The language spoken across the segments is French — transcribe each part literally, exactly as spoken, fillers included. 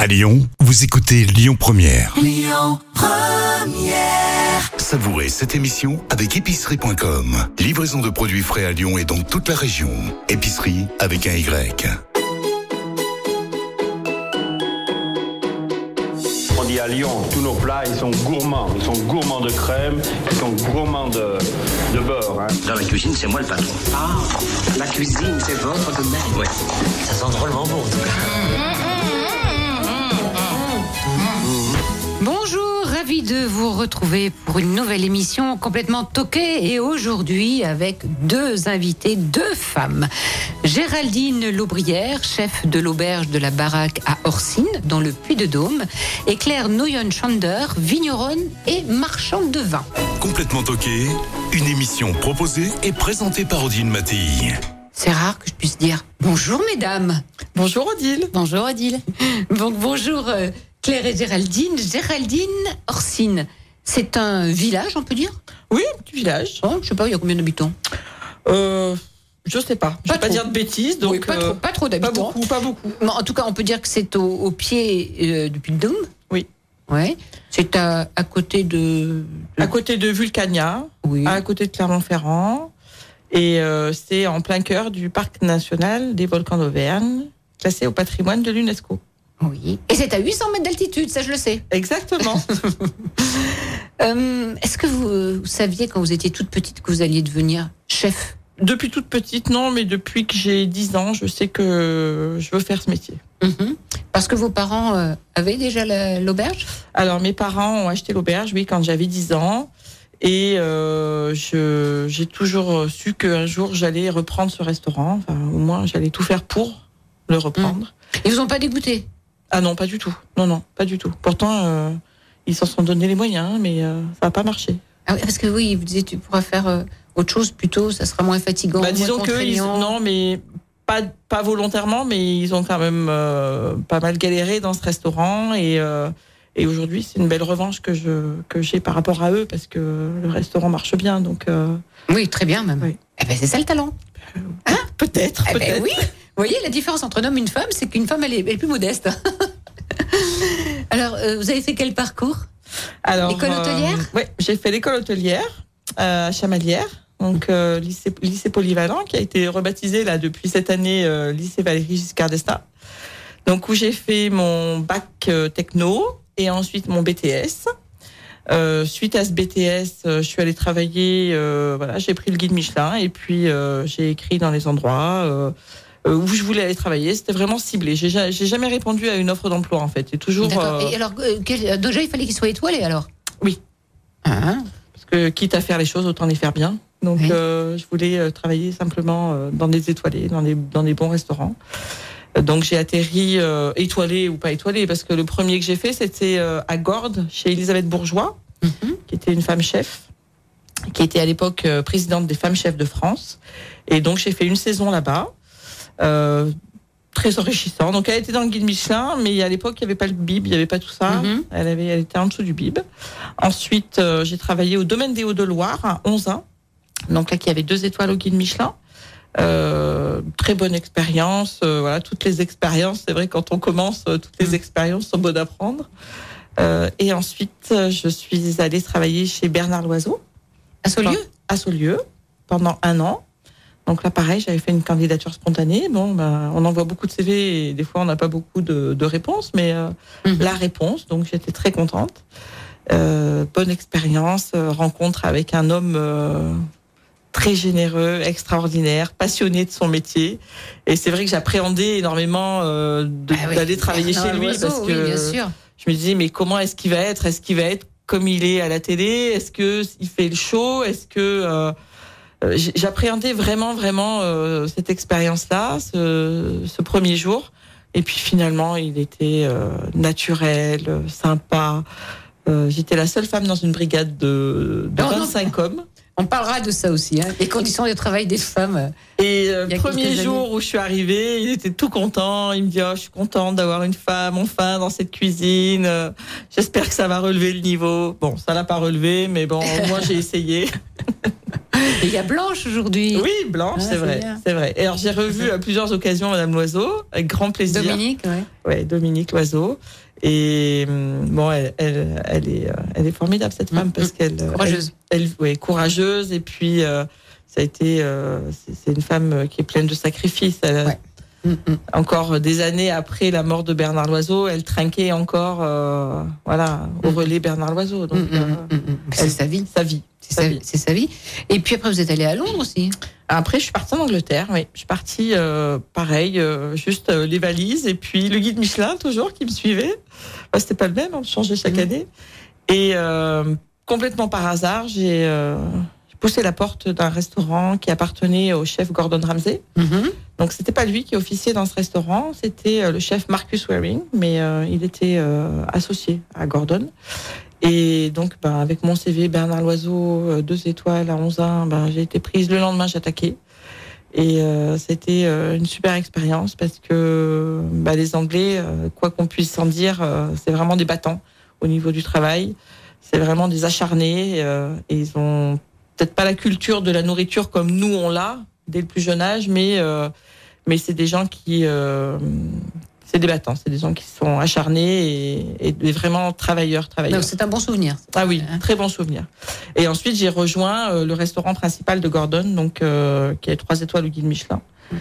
À Lyon, vous écoutez Lyon Première. Lyon Première. Savourez cette émission avec épicerie point com. Livraison de produits frais à Lyon et dans toute la région. Épicerie avec un Y. On dit à Lyon, tous nos plats, ils sont gourmands. Ils sont gourmands de crème, ils sont gourmands de, de beurre. Hein. Dans la cuisine, c'est moi le patron. Ah, la cuisine, c'est votre domaine. Ouais. Ça sent drôlement bon, en tout cas. Bonjour, ravi de vous retrouver pour une nouvelle émission complètement toquée et aujourd'hui avec deux invités, deux femmes. Géraldine Laubrière, chef de l'auberge de la Baraque à Orsine, dans le Puy-de-Dôme, et Claire Noyon-Chander, vigneronne et marchande de vin. Complètement toqué, une émission proposée et présentée par Odile Mattei. C'est rare que je puisse dire bonjour mesdames. Bonjour Odile. Bonjour Odile. Donc bonjour euh, Claire et Géraldine. Géraldine, Orsine, c'est un village, on peut dire ? Oui, un petit village. Oh, je sais pas, il y a combien d'habitants ? Euh, je sais pas. Je Pas vais pas trop. dire de bêtises, donc Oui, pas, euh, trop, pas trop pas d'habitants. beaucoup, pas beaucoup. Mais en tout cas, on peut dire que c'est au, au pied euh, du Puy-de-Dôme. Oui. Ouais. C'est à, à côté de, de... À côté de Vulcania, Oui. à côté de Clermont-Ferrand, et euh, c'est en plein cœur du parc national des volcans d'Auvergne, classé au patrimoine de l'UNESCO. Oui. Et c'est à huit cents mètres d'altitude, ça je le sais. Exactement. Euh, est-ce que vous, euh, vous saviez quand vous étiez toute petite que vous alliez devenir chef ? Depuis toute petite, non, mais depuis que j'ai dix ans, je sais que je veux faire ce métier. Mhm. Parce que vos parents euh, avaient déjà la- l'auberge ? Alors, mes parents ont acheté l'auberge, oui, quand j'avais dix ans. Et euh, je, j'ai toujours su qu'un jour, j'allais reprendre ce restaurant. Enfin, au moins, j'allais tout faire pour le reprendre. Ils vous ont pas dégoûté ? Ah non, pas du tout. Non, non, pas du tout. Pourtant, euh, ils s'en sont donné les moyens, mais euh, ça n'a pas marché. Ah oui, parce que oui, vous disiez tu pourras faire euh, autre chose plutôt, ça sera moins fatigant, Bah, moins disons que ils, contraignant. non, mais pas, pas volontairement, mais ils ont quand même euh, pas mal galéré dans ce restaurant. Et, euh, et aujourd'hui, c'est une belle revanche que, je, que j'ai par rapport à eux, parce que le restaurant marche bien. Donc, euh, Oui, très bien même. Oui. Eh ben, c'est ça le talent. hein, peut-être, Eh ben peut-être. oui. Vous voyez, la différence entre un homme et une femme, c'est qu'une femme, elle est, elle est plus modeste. Alors, euh, vous avez fait quel parcours ? Alors, L'école hôtelière ? Oui, j'ai fait l'école hôtelière euh, à Chamalières, donc euh, lycée, lycée polyvalent, qui a été rebaptisé là depuis cette année euh, lycée Valéry Giscard d'Estaing. Donc où j'ai fait mon bac euh, techno et ensuite mon B T S. Euh, suite à ce B T S, euh, je suis allée travailler. Euh, voilà, j'ai pris le guide Michelin et puis euh, j'ai écrit dans les endroits. Euh, Euh, où je voulais aller travailler, c'était vraiment ciblé. J'ai, ja- j'ai jamais répondu à une offre d'emploi en fait. C'est toujours D'accord. euh, Et alors, euh, quel- déjà, il fallait qu'il soit étoilé alors ? Oui. Ah. parce que quitte à faire les choses, autant les faire bien. Donc Oui. euh, je voulais euh, travailler simplement euh, dans des étoilés, dans des dans des bons restaurants. Euh, donc j'ai atterri euh, étoilé ou pas étoilé, parce que le premier que j'ai fait c'était euh, à Gordes chez Elisabeth Bourgeois, Mhm. qui était une femme chef, qui était à l'époque euh, présidente des femmes chefs de France. Et donc j'ai fait une saison là-bas. Euh, très enrichissant. Donc elle était dans le guide Michelin, mais à l'époque il n'y avait pas le B I B, il n'y avait pas tout ça. Mhm. Elle avait, elle était en dessous du B I B. Ensuite, euh, j'ai travaillé au domaine des Hauts-de-Loire à Onzain. Donc là, qui avait deux étoiles au guide Michelin. Euh, très bonne expérience. Euh, voilà, toutes les expériences. C'est vrai, quand on commence, euh, toutes les expériences sont bonnes à prendre. Euh, et ensuite, euh, je suis allée travailler chez Bernard Loiseau À Saulieu ? à Saulieu pendant un an. Donc là, pareil, j'avais fait une candidature spontanée. Bon, ben, on envoie beaucoup de C V et des fois, on n'a pas beaucoup de, de réponses, mais euh, Mhm. la réponse, donc j'étais très contente. Euh, bonne expérience, euh, rencontre avec un homme euh, très généreux, extraordinaire, passionné de son métier. Et c'est vrai que j'appréhendais énormément euh, de- Ah oui, d'aller travailler Bernard chez lui Loiseau, parce que oui, bien sûr. je me disais, mais comment est-ce qu'il va être? Est-ce qu'il va être comme il est à la télé? Est-ce que il fait le show? Est-ce que euh, euh, j- j'appréhendais vraiment, vraiment euh, cette expérience-là, ce, ce premier jour. Et puis finalement, il était euh, naturel, euh, sympa. Euh, j'étais la seule femme dans une brigade de, de Non, non. vingt-cinq hommes. On parlera de ça aussi, hein, les conditions de travail des femmes. Et euh, Il y a premier quelques jour années. où je suis arrivée, il était tout content. Il me dit, oh, je suis contente d'avoir une femme enfin dans cette cuisine. Euh, J'espère que ça va relever le niveau. Bon, ça l'a pas relevé, mais bon, au moins j'ai essayé. Il y a Blanche aujourd'hui. Oui, Blanche, ah, c'est, c'est vrai, bien. c'est vrai. Et alors j'ai revu à plusieurs occasions Madame Loiseau, avec grand plaisir. Dominique, ouais. Ouais, Dominique Loiseau. Et bon, elle, elle, elle est, elle est formidable cette femme mmh, parce qu'elle courageuse. Elle, elle, ouais, courageuse et puis euh, ça a été, euh, c'est, c'est une femme qui est pleine de sacrifices. Elle, ouais. Mmh, mmh. Encore des années après la mort de Bernard Loiseau, elle trinquait encore, euh, voilà, au mmh. relais Bernard Loiseau. Donc, mmh, euh, mmh, mmh. C'est sa vie, sa vie, c'est sa vie, c'est sa vie. Et puis après, vous êtes allée à Londres aussi. Après, je suis partie en Angleterre, oui. Je suis partie, euh, pareil, euh, juste euh, les valises et puis le guide Michelin, toujours, qui me suivait. Enfin, c'était pas le même, on changeait chaque mmh. année. Et euh, complètement par hasard, j'ai, euh, j'ai poussé la porte d'un restaurant qui appartenait au chef Gordon Ramsay. Mmh. Donc, c'était pas lui qui officiait dans ce restaurant, c'était euh, le chef Marcus Waring, mais euh, il était euh, associé à Gordon. Et donc, ben, avec mon C V, Bernard Loiseau, deux étoiles à onze ans, ben, j'ai été prise. Le lendemain, j'ai attaqué. Et euh, c'était euh, une super expérience parce que ben, les Anglais, euh, quoi qu'on puisse en dire, euh, c'est vraiment des battants au niveau du travail. C'est vraiment des acharnés. Euh, et ils ont peut-être pas la culture de la nourriture comme nous, on l'a dès le plus jeune âge, mais, euh, mais c'est des gens qui... Euh, C'est des battants, c'est des gens qui sont acharnés et, et vraiment travailleurs, travailleurs. Donc c'est un bon souvenir. Ah oui, très bon souvenir. Et ensuite, j'ai rejoint euh, le restaurant principal de Gordon, donc euh, qui est trois étoiles au guide Michelin.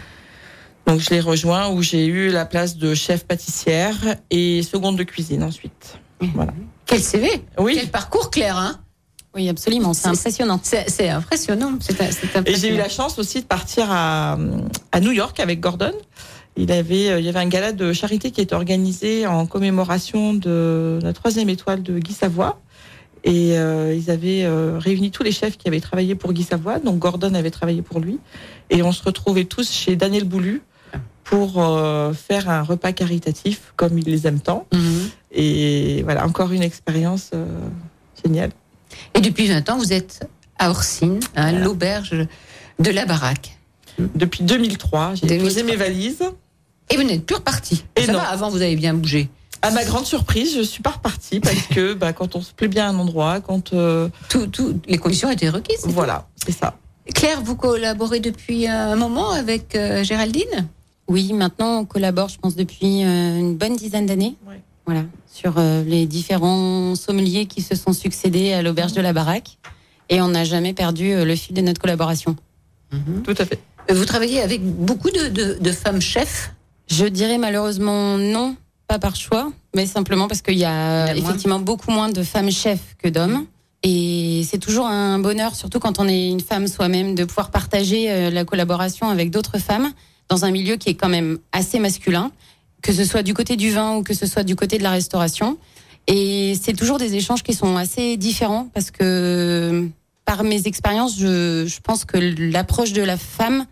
Donc je l'ai rejoint où j'ai eu la place de chef pâtissière et seconde de cuisine ensuite. Voilà. Quel C V. Oui. Quel parcours, Claire, hein. Oui, absolument, c'est, c'est impressionnant. C'est, c'est impressionnant. C'est, c'est impressionnant. Et j'ai eu la chance aussi de partir à, à New York avec Gordon. Il avait, il y avait un gala de charité qui était organisé en commémoration de la troisième étoile de Guy Savoy. Et euh, ils avaient euh, réuni tous les chefs qui avaient travaillé pour Guy Savoy. Donc Gordon avait travaillé pour lui. Et on se retrouvait tous chez Daniel Boulu pour euh, faire un repas caritatif comme il les aime tant. Mm-hmm. Et voilà, encore une expérience euh, géniale. Et depuis vingt ans, vous êtes à Orsine, à voilà. l'auberge de la Baraque. Depuis deux mille trois, j'ai deux mille trois. Posé mes valises. Et vous n'êtes plus reparti. Et ça non. va, avant vous avez bien bougé. À ma grande surprise, je suis pas repartie parce que bah, quand on se plaît bien à un endroit, quand euh... tout, tout, les conditions étaient requises. C'est voilà, tout. C'est ça. Claire, vous collaborez depuis un moment avec euh, Géraldine ? Oui, maintenant on collabore, je pense, depuis euh, une bonne dizaine d'années. Ouais. Voilà, sur euh, les différents sommeliers qui se sont succédés à l'auberge mmh. de la Baraque, et on n'a jamais perdu euh, le fil de notre collaboration. Mmh. Tout à fait. Vous travaillez avec beaucoup de, de, de femmes chefs ? Je dirais malheureusement non, pas par choix, mais simplement parce qu'il y a, il y a effectivement moins. beaucoup moins de femmes chefs que d'hommes. Et c'est toujours un bonheur, surtout quand on est une femme soi-même, de pouvoir partager la collaboration avec d'autres femmes dans un milieu qui est quand même assez masculin, que ce soit du côté du vin ou que ce soit du côté de la restauration. Et c'est toujours des échanges qui sont assez différents parce que par mes expériences, je, je pense que l'approche de la femme,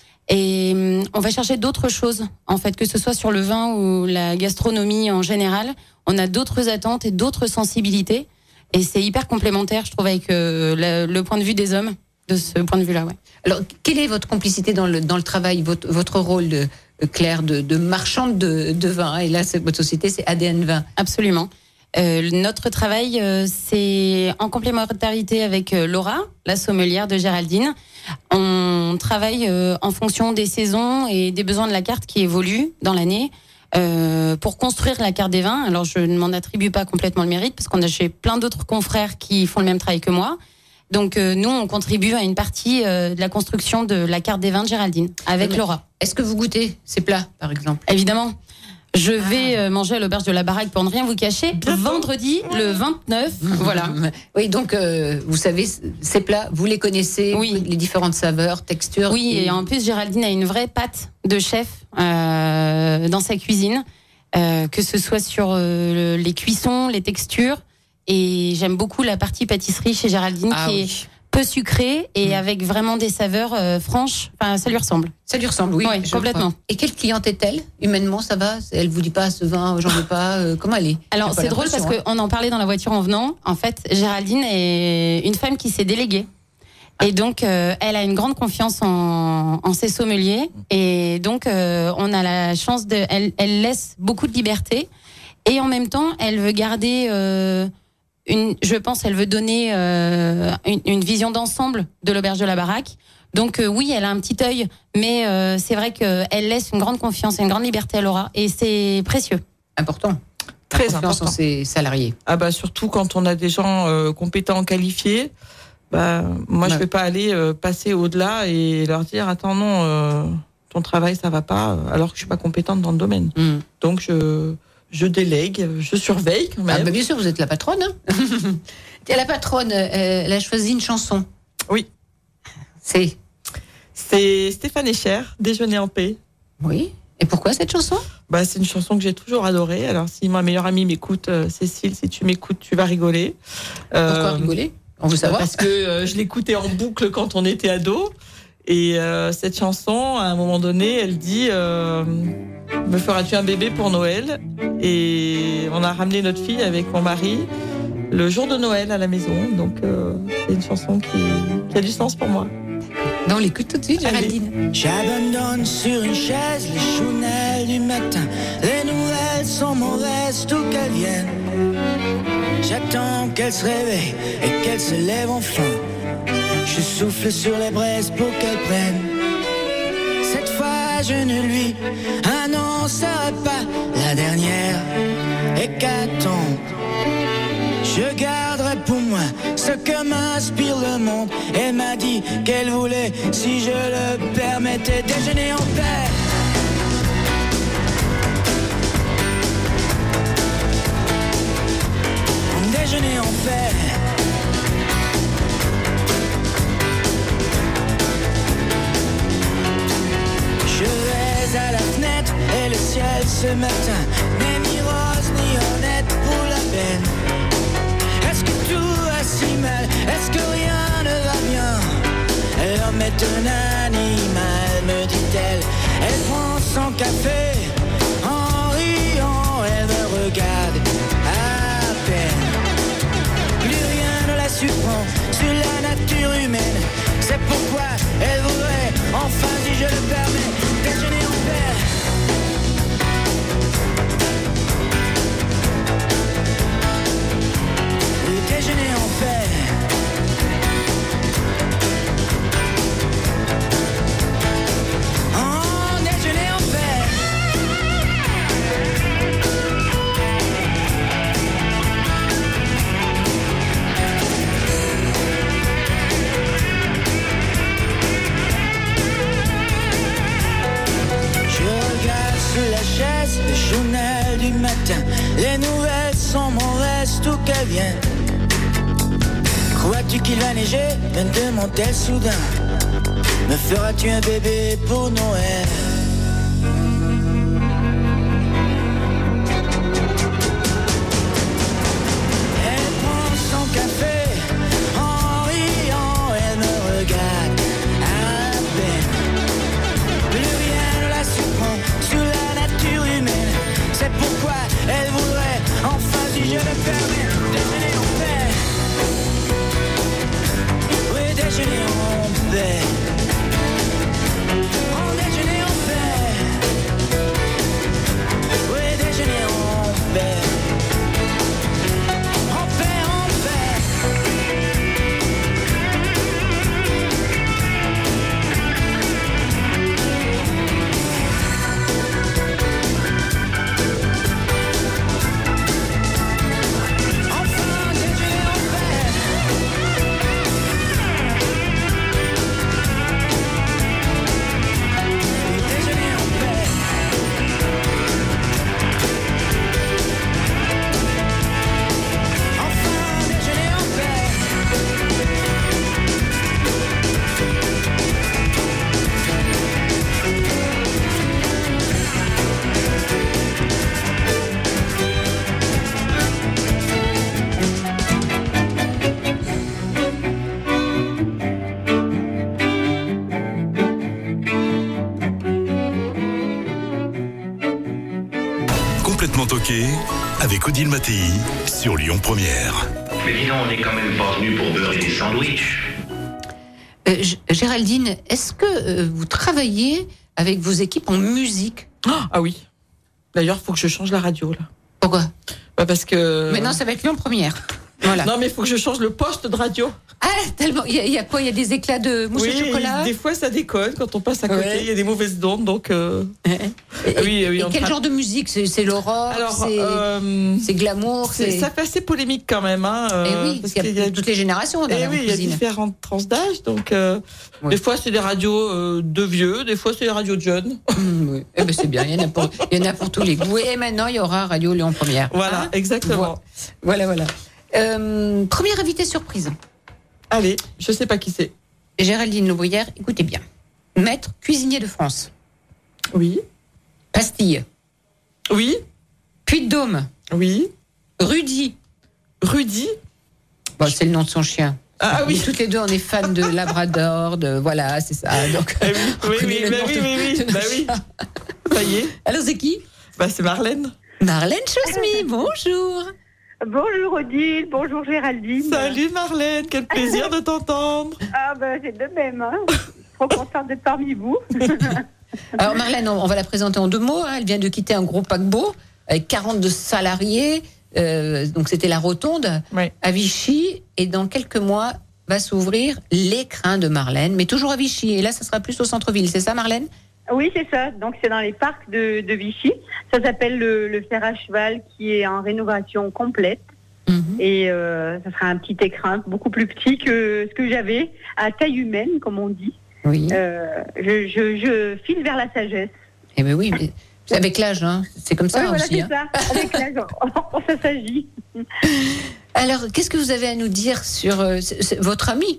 et on va chercher d'autres choses, en fait, que ce soit sur le vin ou la gastronomie en général. On a d'autres attentes et d'autres sensibilités. Et c'est hyper complémentaire, je trouve, avec euh, le, le point de vue des hommes, de ce point de vue-là. Ouais. Alors, quelle est votre complicité dans le, dans le travail, votre, votre rôle, de, Claire, de, de marchande de, de vin ? Et là, c'est, votre société, c'est A D N Vin. Absolument. Euh, notre travail, euh, c'est en complémentarité avec euh, Laura, la sommelière de Géraldine. On travaille euh, en fonction des saisons et des besoins de la carte qui évoluent dans l'année euh, pour construire la carte des vins. Alors, je ne m'en attribue pas complètement le mérite parce qu'on a chez plein d'autres confrères qui font le même travail que moi. Donc, euh, nous, on contribue à une partie euh, de la construction de la carte des vins de Géraldine avec Mais Laura. Est-ce que vous goûtez ces plats, par exemple ? Évidemment. Je vais ah. manger à l'auberge de la Baraque pour ne rien vous cacher. Bientôt. Vendredi, le vingt-neuf. Voilà. Oui, donc euh, vous savez, ces plats, vous les connaissez, oui. les différentes saveurs, textures. Oui, et... et en plus, Géraldine a une vraie patte de chef euh, dans sa cuisine, euh, que ce soit sur euh, les cuissons, les textures. Et j'aime beaucoup la partie pâtisserie chez Géraldine ah, qui oui. est peu sucrée et mmh. avec vraiment des saveurs euh, franches. Enfin, ça lui ressemble. Ça lui ressemble, oui. Oui, complètement. Crois. Et quelle cliente est-elle ? Humainement, ça va ? Elle vous dit pas ce vin, j'en veux pas. Euh, comment elle est ? Alors, c'est drôle parce hein. qu'on en parlait dans la voiture en venant. En fait, Géraldine est une femme qui s'est déléguée. Ah. Et donc, euh, elle a une grande confiance en, en ses sommeliers. Et donc, euh, on a la chance de... Elle, elle laisse beaucoup de liberté. Et en même temps, elle veut garder... Euh, une, je pense, elle veut donner euh, une, une vision d'ensemble de l'auberge de la Baraque. Donc euh, oui, elle a un petit œil, mais euh, c'est vrai qu'elle laisse une grande confiance et une grande liberté à Laura, et c'est précieux. Important. Très La confiance important. en ses salariés. Ah bah surtout quand on a des gens euh, compétents, qualifiés. Bah moi Ouais. je vais pas aller euh, passer au-delà et leur dire attends non, euh, ton travail ça va pas, alors que je suis pas compétente dans le domaine. Mm. Donc je je délègue, je surveille quand même. Ah bah bien sûr, vous êtes la patronne. Hein. Tiens, la patronne, euh, elle a choisi une chanson. Oui. C'est. C'est Stéphane Echer, Déjeuner en paix. Oui. Et pourquoi cette chanson? Bah, c'est une chanson que j'ai toujours adorée. Alors, si ma meilleure amie m'écoute, euh, Cécile, si tu m'écoutes, tu vas rigoler. Euh, Pourquoi rigoler? On veut savoir. Parce que euh, je l'écoutais en boucle quand on était ado. Et euh, cette chanson, à un moment donné, elle dit euh, me feras-tu un bébé pour Noël? Et on a ramené notre fille avec mon mari le jour de Noël à la maison. Donc, euh, c'est une chanson qui, qui a du sens pour moi. Non, on l'écoute tout de suite, Géraldine. J'abandonne sur une chaise les chounelles du matin. Les nouvelles sont mauvaises, d'où qu'elles viennent. J'attends qu'elle se réveille et qu'elle se lève enfin. Je souffle sur les braises pour qu'elle prenne. Cette fois je ne lui annoncerai pas la dernière hécatombe. Je garderai pour moi ce que m'inspire le monde. Elle m'a dit qu'elle voulait, si je le permettais, déjeuner en paix. Déjeuner en paix. Je vais à la fenêtre et le ciel ce matin n'est ni rose ni honnête pour la peine. Est-ce que tout va si mal? Est-ce que rien ne va bien? L'homme est un animal, me dit-elle. Elle prend son café en riant, elle me regarde à peine. Plus rien ne la surprend sur la nature humaine. C'est pourquoi elle voudrait, enfin si je le permets, déjeuner en paix. Le déjeuner en paix. En déjeuner en paix. Je regarde sous la chaise le journal du matin. Les nouvelles sont mauvaises, d'où qu'elles viennent. Crois-tu qu'il va neiger? Me demande-t-elle soudain. Me feras-tu un bébé pour Noël? Elle prend son café en riant, elle me regarde à peine. Plus rien ne la surprend sur la nature humaine. C'est pourquoi elle voudrait, enfin si je le permets, déjeuner en paix. Oui, déjeuner en paix. En déjeuner en paix. Oui, déjeuner en paix. En paix, en paix. Enfin, déjeuner en paix. Déjeuner en paix. Enfin, déjeuner en paix. Complètement toqué avec Odile Mattei sur Lyon Première. Mais dis donc, on n'est quand même pas venu pour beurrer des sandwichs. Euh, G- Géraldine, est-ce que euh, vous travaillez avec vos équipes en musique? Ah oui. D'ailleurs, il faut que je change la radio là. Pourquoi? Bah parce que. Maintenant, ça va être Lyon Première. Voilà. Non, mais il faut que je change le poste de radio. Ah, tellement. Il y, y a quoi? Il y a des éclats de mousse oui, au chocolat? Des fois, ça déconne quand on passe à côté. Il ouais. y a des mauvaises ondes, donc. Euh... Et, oui, oui, et quel tra... genre de musique? C'est, c'est l'aurore? Alors, c'est, euh, c'est glamour? c'est... Ça fait assez polémique quand même. Hein, euh, et oui, parce, parce qu'il y a, y a toutes les générations. Dans et la oui, il y a différentes tranches d'âge. Donc, euh, oui. Des fois, c'est des radios euh, de vieux, des fois, c'est des radios de jeunes. Mmh, oui. Eh ben, c'est bien. Il y en a pour, il y en a pour tous les goûts. Et maintenant, il y aura Radio Lyon Première. Voilà, hein, exactement. Voilà, voilà. Euh, première invitée surprise. Allez, je sais pas qui c'est. Géraldine Laubrière, écoutez bien. Maître cuisinier de France. Oui. Pastille. Oui. Puy-de-Dôme. Oui. Rudy. Rudy. Bon, c'est le nom de son chien. Ah oui. Mais toutes les deux, on est fans de Labrador, de voilà, c'est ça. Donc, oui, oui, oui, bah oui, oui, oui, bah oui. Ça y est. Alors c'est qui? Bah c'est Marlène. Marlène Chosmy, bonjour. Bonjour Odile, bonjour Géraldine. Salut Marlène, quel plaisir de t'entendre. Ah ben c'est de même, hein. Trop contente d'être parmi vous. Alors Marlène, on va la présenter en deux mots. Hein. Elle vient de quitter un gros paquebot avec quarante-deux salariés. Euh, donc c'était la Rotonde oui. à Vichy. Et dans quelques mois va s'ouvrir l'écrin de Marlène, mais toujours à Vichy. Et là, ça sera plus au centre-ville, c'est ça Marlène? Oui, c'est ça. Donc, c'est dans les parcs de, de Vichy. Ça s'appelle le, le fer à cheval, qui est en rénovation complète. Mmh. Et euh, ça sera un petit écrin, beaucoup plus petit que ce que j'avais, à taille humaine, comme on dit. Oui. Euh, je, je, je file vers la sagesse. Eh bien oui, mais c'est avec l'âge, hein. C'est comme ça oui, voilà, aussi. c'est hein. ça. Avec l'âge, ça s'agit. Alors, qu'est-ce que vous avez à nous dire sur euh, votre amie?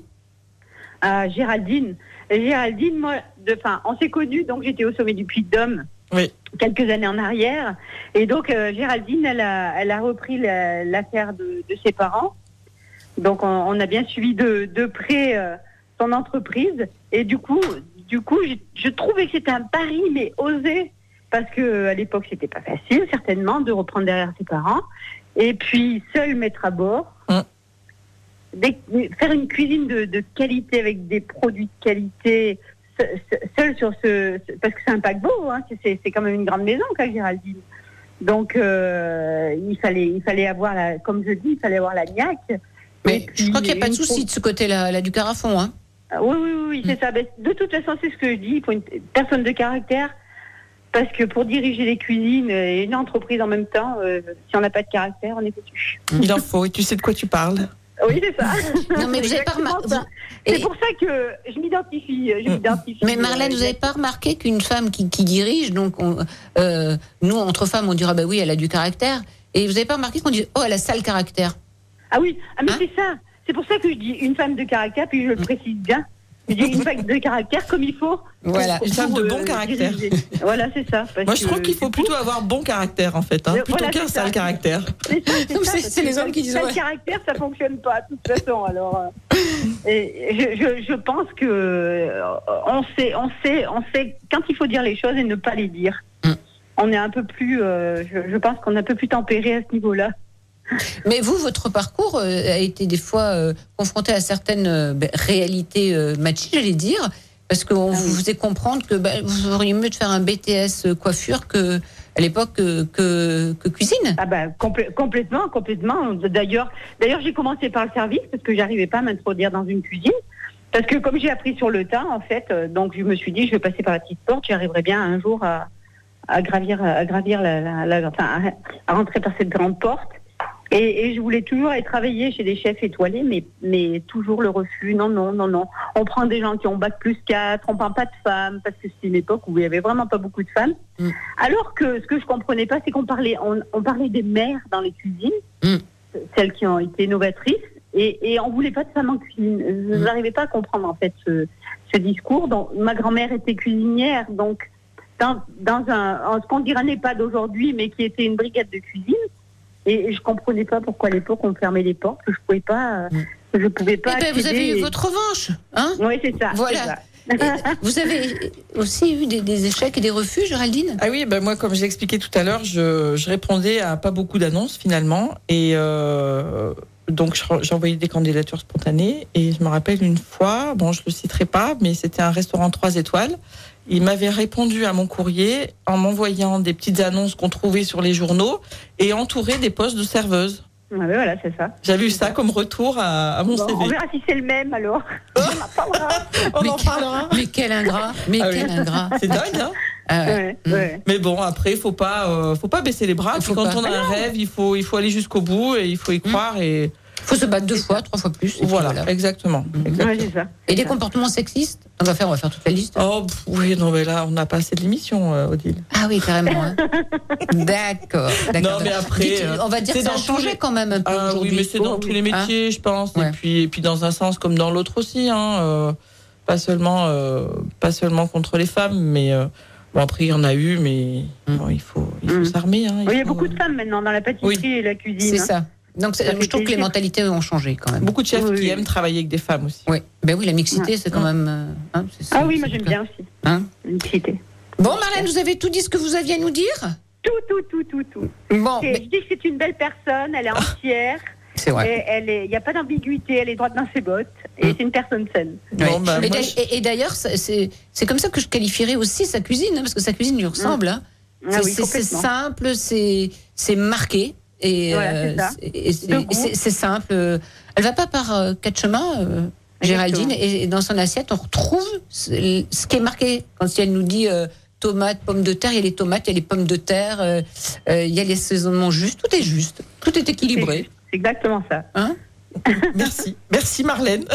Ah, Géraldine. Géraldine, moi, de, fin, on s'est connus, donc j'étais au sommet du Puy-de-Dôme oui. quelques années en arrière. Et donc, euh, Géraldine, elle a, elle a repris la, l'affaire de, de ses parents. Donc, on, on a bien suivi de, de près euh, son entreprise. Et du coup, du coup je, je trouvais que c'était un pari, mais osé. Parce qu'à l'époque, c'était pas facile, certainement, de reprendre derrière ses parents. Et puis, seul mettre à bord. Hum. Faire une cuisine de, de qualité avec des produits de qualité seul sur ce, parce que c'est un paquebot, hein, c'est, c'est quand même une grande maison qu'a Géraldine. Donc euh, il fallait il fallait avoir la, comme je dis, il fallait avoir la niaque. Mais puis, je crois qu'il n'y a pas de souci de ce côté-là, là, du carafon, hein. Oui oui oui, oui c'est mmh. ça. De toute façon, c'est ce que je dis. Il faut une personne de caractère. Parce que pour diriger les cuisines et une entreprise en même temps, euh, si on n'a pas de caractère, on est foutu. Il en faut, et tu sais de quoi tu parles. Oui, c'est ça. Non, mais vous n'avez pas remarqué. Vous... C'est pour ça que je m'identifie. Je m'identifie mais Marlène, euh, vous n'avez pas remarqué qu'une femme qui, qui dirige, donc on, euh, nous, entre femmes, on dira bah oui, elle a du caractère. Et vous n'avez pas remarqué qu'on dit oh, elle a sale caractère. Ah oui, ah, mais hein? C'est ça. C'est pour ça que je dis une femme de caractère, puis je le précise bien. Je dis une femme de caractère comme il faut. Voilà, une femme de bon euh, caractère. Diriger. Voilà, c'est ça. Moi, je trouve qu'il faut plutôt avoir bon caractère, en fait, hein, plutôt voilà, qu'un sale caractère. C'est, ça, c'est, Donc, ça, c'est, c'est les hommes qui disent. Sale ouais. caractère, ça fonctionne pas, de toute façon. Alors, euh, et je, je, je pense que euh, on sait, on sait, on sait quand il faut dire les choses et ne pas les dire. Mm. On est un peu plus, euh, je, je pense qu'on est un peu plus tempéré à ce niveau-là. Mais vous, votre parcours euh, a été des fois euh, confronté à certaines euh, bah, réalités euh, machistes, j'allais dire, parce qu'on ah, vous faisait comprendre que bah, vous auriez mieux de faire un B T S coiffure que à l'époque que, que, que cuisine. Ah bah complè- complètement, complètement. D'ailleurs, d'ailleurs, j'ai commencé par le service parce que j'arrivais pas à m'introduire dans une cuisine. Parce que comme j'ai appris sur le tas, en fait, euh, donc je me suis dit, je vais passer par la petite porte, j'arriverai bien un jour à, à gravir, à gravir la, la, la, enfin, à, à rentrer par cette grande porte. Et, et je voulais toujours aller travailler chez des chefs étoilés, mais, mais toujours le refus. Non, non, non, non. On prend des gens qui ont bac plus quatre, on prend pas de femmes, parce que c'est une époque où il y avait vraiment pas beaucoup de femmes. Mm. Alors que ce que je comprenais pas, c'est qu'on parlait, on, on parlait des mères dans les cuisines, mm. celles qui ont été novatrices, et, et on voulait pas de femmes en cuisine. Je mm. n'arrivais pas à comprendre, en fait, ce, ce discours. Donc, ma grand-mère était cuisinière, donc, dans, dans un, ce qu'on dirait un EHPAD d'aujourd'hui, mais qui était une brigade de cuisine. Et je comprenais pas pourquoi à l'époque on fermait les portes, que je pouvais pas, euh, je pouvais pas. Eh ben, vous avez eu votre revanche, hein? Oui, c'est ça. Voilà. C'est ça. Vous avez aussi eu des, des échecs et des refus, Géraldine? Ah oui, ben moi, comme j'ai expliqué tout à l'heure, je, je répondais à pas beaucoup d'annonces finalement, et euh, donc j'ai envoyé des candidatures spontanées. Et je me rappelle une fois, bon, je le citerai pas, mais c'était un restaurant trois étoiles. Il m'avait répondu à mon courrier en m'envoyant des petites annonces qu'on trouvait sur les journaux et entouré des postes de serveuse. Ah ben voilà, c'est ça. J'avais eu ça comme retour à, à mon bon, C V. On verra si c'est le même alors. on en parlera. On mais en quel, parlera. Mais quel ingrat. Mais Ah quel oui. ingrat. C'est dingue, hein. Ah ouais. Ouais, Mmh. ouais. Mais bon, après, faut pas, euh, faut pas baisser les bras. Faut Puis quand pas. on a un rêve, il faut, il faut aller jusqu'au bout et il faut y croire. Et Faut se battre deux fois, trois fois plus. et puis voilà, voilà. exactement. exactement. Ouais, c'est ça. Et des comportements sexistes. On va faire, on va faire toute la liste. Oh pff, oui, non, mais là, on n'a pas assez de l'émission, euh, Odile. Ah oui, carrément. Hein. D'accord. d'accord. Non, mais après, Dites, euh, on va dire c'est que ça a dans tous changé les- quand même un peu Ah oui, aujourd'hui. mais c'est dans Oh, tous oui. les métiers, je pense. Ouais. Et puis, et puis dans un sens comme dans l'autre aussi. Hein, euh, pas seulement, euh, pas seulement contre les femmes, mais euh, bon, après il y en a eu, mais Mm. bon, il faut, il faut Mm. s'armer. Hein, Oui, il y a faut, beaucoup de femmes maintenant dans la pâtisserie Oui. et la cuisine. C'est hein. ça. Donc c'est- Ça fait je trouve que les plaisir. mentalités ont changé quand même. beaucoup de chefs Oui, qui oui. aiment travailler avec des femmes aussi. Oui. Ben oui, la mixité, Ouais. c'est quand même. euh, hein, c'est- Ah c'est- oui, c'est moi j'aime le bien aussi. cas. Hein Mixité. Bon, Marlène, vous avez tout dit ce que vous aviez à nous dire. Tout, tout, tout, tout, tout. Bon, C'est- mais- Je dis que c'est une belle personne, elle est entière, c'est vrai. et elle est, il n'y a pas d'ambiguïté, elle est droite dans ses bottes, et Mm. c'est une personne saine. Ouais. Bon, bah, et, moi, d'a- je- et- et d'ailleurs, ça- c'est c'est comme ça que je qualifierais aussi sa cuisine, hein, parce que sa cuisine lui ressemble. Hein. Ah C'est- oui, c'est c'est complètement. simple, c'est c'est marqué. Et Voilà, euh, c'est ça. c'est- et c'est- De et goût. c'est c'est simple. Elle va pas par euh, quatre chemins, euh, Géraldine, et, et dans son assiette, on retrouve ce, ce qui est marqué. Quand elle nous dit euh, tomates, pommes de terre, il y a les tomates, il y a les pommes de terre, euh, euh, il y a les saisonnements justes, tout est juste, tout est équilibré. C'est exactement ça. Hein. Merci, merci Marlène.